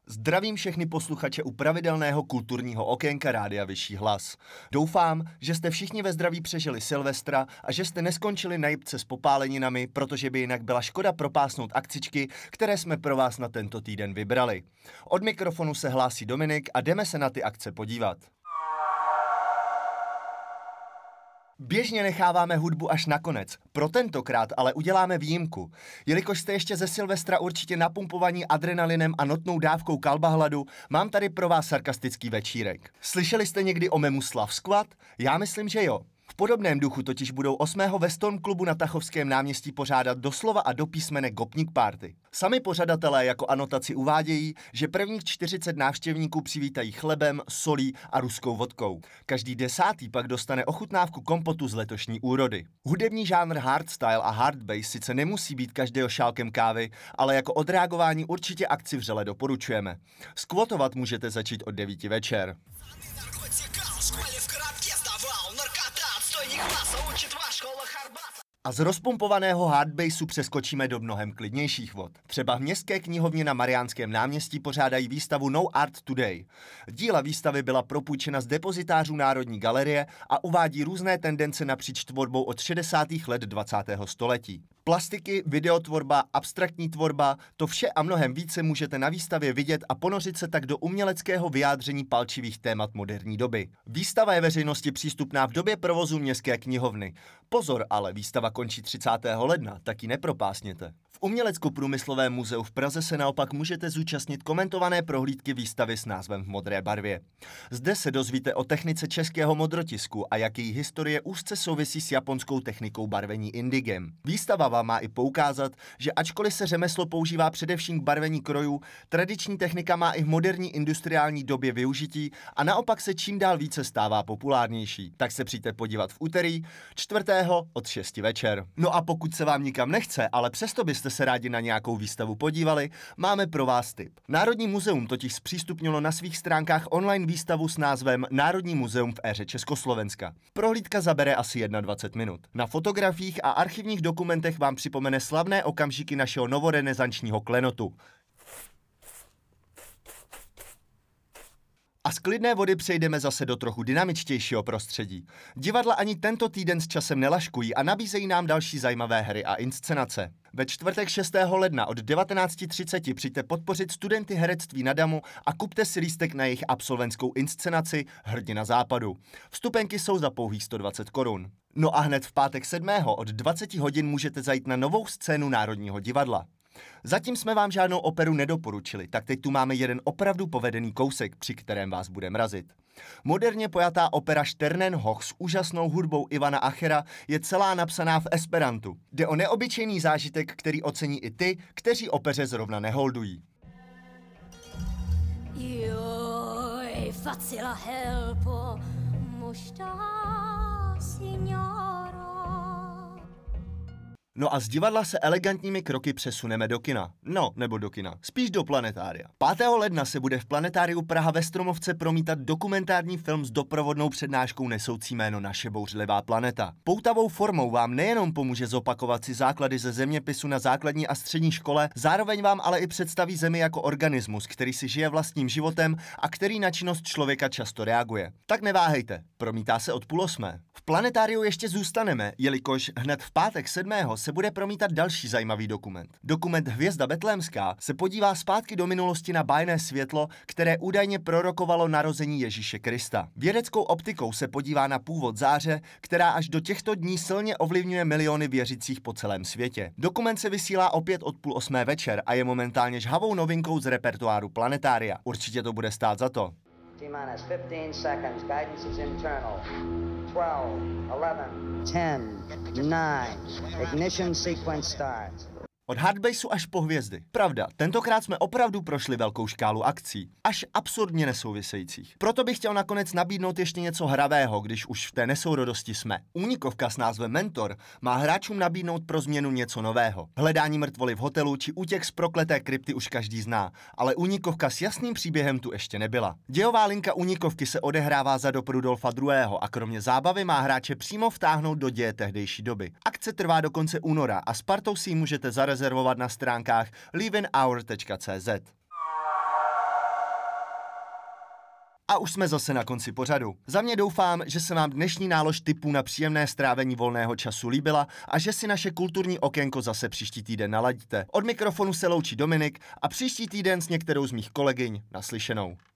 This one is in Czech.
Zdravím všechny posluchače u pravidelného kulturního okénka Rádia Vyšší hlas. Doufám, že jste všichni ve zdraví přežili Silvestra a že jste neskončili na jipce s popáleninami, protože by jinak byla škoda propásnout akcičky, které jsme pro vás na tento týden vybrali. Od mikrofonu se hlásí Dominik a jdeme se na ty akce podívat. Běžně necháváme hudbu až nakonec, pro tentokrát ale uděláme výjimku. Jelikož jste ještě ze Silvestra určitě napumpovaní adrenalinem a notnou dávkou kalbahladu, mám tady pro vás sarkastický večírek. Slyšeli jste někdy o memu Slav Squad? Já myslím, že jo. V podobném duchu totiž budou 8. ve Storm klubu na Tachovském náměstí pořádat doslova a do písmene Gopnik Party. Sami pořadatelé jako anotaci uvádějí, že prvních 40 návštěvníků přivítají chlebem, solí a ruskou vodkou. Každý 10. pak dostane ochutnávku kompotu z letošní úrody. Hudební žánr hardstyle a hardbass sice nemusí být každého šálkem kávy, ale jako odreagování určitě akci vřele doporučujeme. Skvotovat můžete začít od 9 večer. A z rozpumpovaného hardbassu přeskočíme do mnohem klidnějších vod. Třeba v Městské knihovně na Mariánském náměstí pořádají výstavu No Art Today. Díla výstavy byla propůjčena z depozitářů Národní galerie a uvádí různé tendence napříč tvorbou od 60. let 20. století. Plastiky, videotvorba, abstraktní tvorba, to vše a mnohem více můžete na výstavě vidět a ponořit se tak do uměleckého vyjádření palčivých témat moderní doby. Výstava je veřejnosti přístupná v době provozu Městské knihovny. Pozor, ale výstava končí 30. ledna, tak ji nepropásněte. V Umělecko-průmyslovém muzeu v Praze se naopak můžete zúčastnit komentované prohlídky výstavy s názvem V modré barvě. Zde se dozvíte o technice českého modrotisku a jak její historie úzce souvisí s japonskou technikou barvení indigem. Výstava vám má i poukázat, že ačkoliv se řemeslo používá především k barvení krojů, tradiční technika má i v moderní industriální době využití a naopak se čím dál více stává populárnější. Tak se přijďte podívat v úterý 4. od 6 večer. No a pokud se vám nikam nechce, ale přesto byste se rádi na nějakou výstavu podívali, máme pro vás tip. Národní muzeum totiž zpřístupnilo na svých stránkách online výstavu s názvem Národní muzeum v éře Československa. Prohlídka zabere asi 21 minut. Na fotografiích a archivních dokumentech vám připomene slavné okamžiky našeho novorenesančního klenotu. A z klidné vody přejdeme zase do trochu dynamičtějšího prostředí. Divadla ani tento týden s časem nelaškují a nabízejí nám další zajímavé hry a inscenace. Ve čtvrtek 6. ledna od 19:30 přijďte podpořit studenty herectví na Damu a kupte si lístek na jejich absolventskou inscenaci Hrdina západu. Vstupenky jsou za pouhých 120 korun. No a hned v pátek 7. od 20 hodin můžete zajít na novou scénu Národního divadla. Zatím jsme vám žádnou operu nedoporučili, tak teď tu máme jeden opravdu povedený kousek, při kterém vás bude mrazit. Moderně pojatá opera Sternenhoch s úžasnou hudbou Ivana Achera je celá napsaná v esperantu. Jde o neobyčejný zážitek, který ocení i ty, kteří opeře zrovna neholdují. Joj, facila helpo, mušta signora. No a z divadla se elegantními kroky přesuneme do kina. No, nebo do kina. Spíš do planetária. 5. ledna se bude v Planetáriu Praha ve Stromovce promítat dokumentární film s doprovodnou přednáškou nesoucí jméno Naše bouřlivá planeta. Poutavou formou vám nejenom pomůže zopakovat si základy ze zeměpisu na základní a střední škole, zároveň vám ale i představí Zemi jako organismus, který si žije vlastním životem a který na činnost člověka často reaguje. Tak neváhejte, promítá se od 7:30. V Planetáriu ještě zůstaneme, jelikož hned v pátek 7. se bude promítat další zajímavý dokument. Dokument Hvězda betlémská se podívá zpátky do minulosti na bájné světlo, které údajně prorokovalo narození Ježíše Krista. Vědeckou optikou se podívá na původ záře, která až do těchto dní silně ovlivňuje miliony věřících po celém světě. Dokument se vysílá opět od 7:30 večer a je momentálně žhavou novinkou z repertoáru Planetária. Určitě to bude stát za to. T-minus 15 seconds. Guidance is internal. 12, 11, 10, 9. Ignition sequence starts. Od hardbassu až po hvězdy. Pravda, tentokrát jsme opravdu prošli velkou škálu akcí, až absurdně nesouvisejících. Proto bych chtěl nakonec nabídnout ještě něco hravého, když už v té nesourodosti jsme. Únikovka s názvem Mentor má hráčům nabídnout pro změnu něco nového. Hledání mrtvoly v hotelu či útěk z prokleté krypty už každý zná, ale únikovka s jasným příběhem tu ještě nebyla. Dějová linka únikovky se odehrává za dob Rudolfa II. A kromě zábavy má hráče přímo vtáhnout do děje tehdejší doby. Akce trvá do konce února a s partou si ji můžete zarezervovat na stránkách leavinghour.cz. A už jsme zase na konci pořadu. Za mě doufám, že se vám dnešní nálož tipů na příjemné strávení volného času líbila a že si naše kulturní okénko zase příští týden naladíte. Od mikrofonu se loučí Dominik a příští týden s některou z mých kolegyň naslyšenou.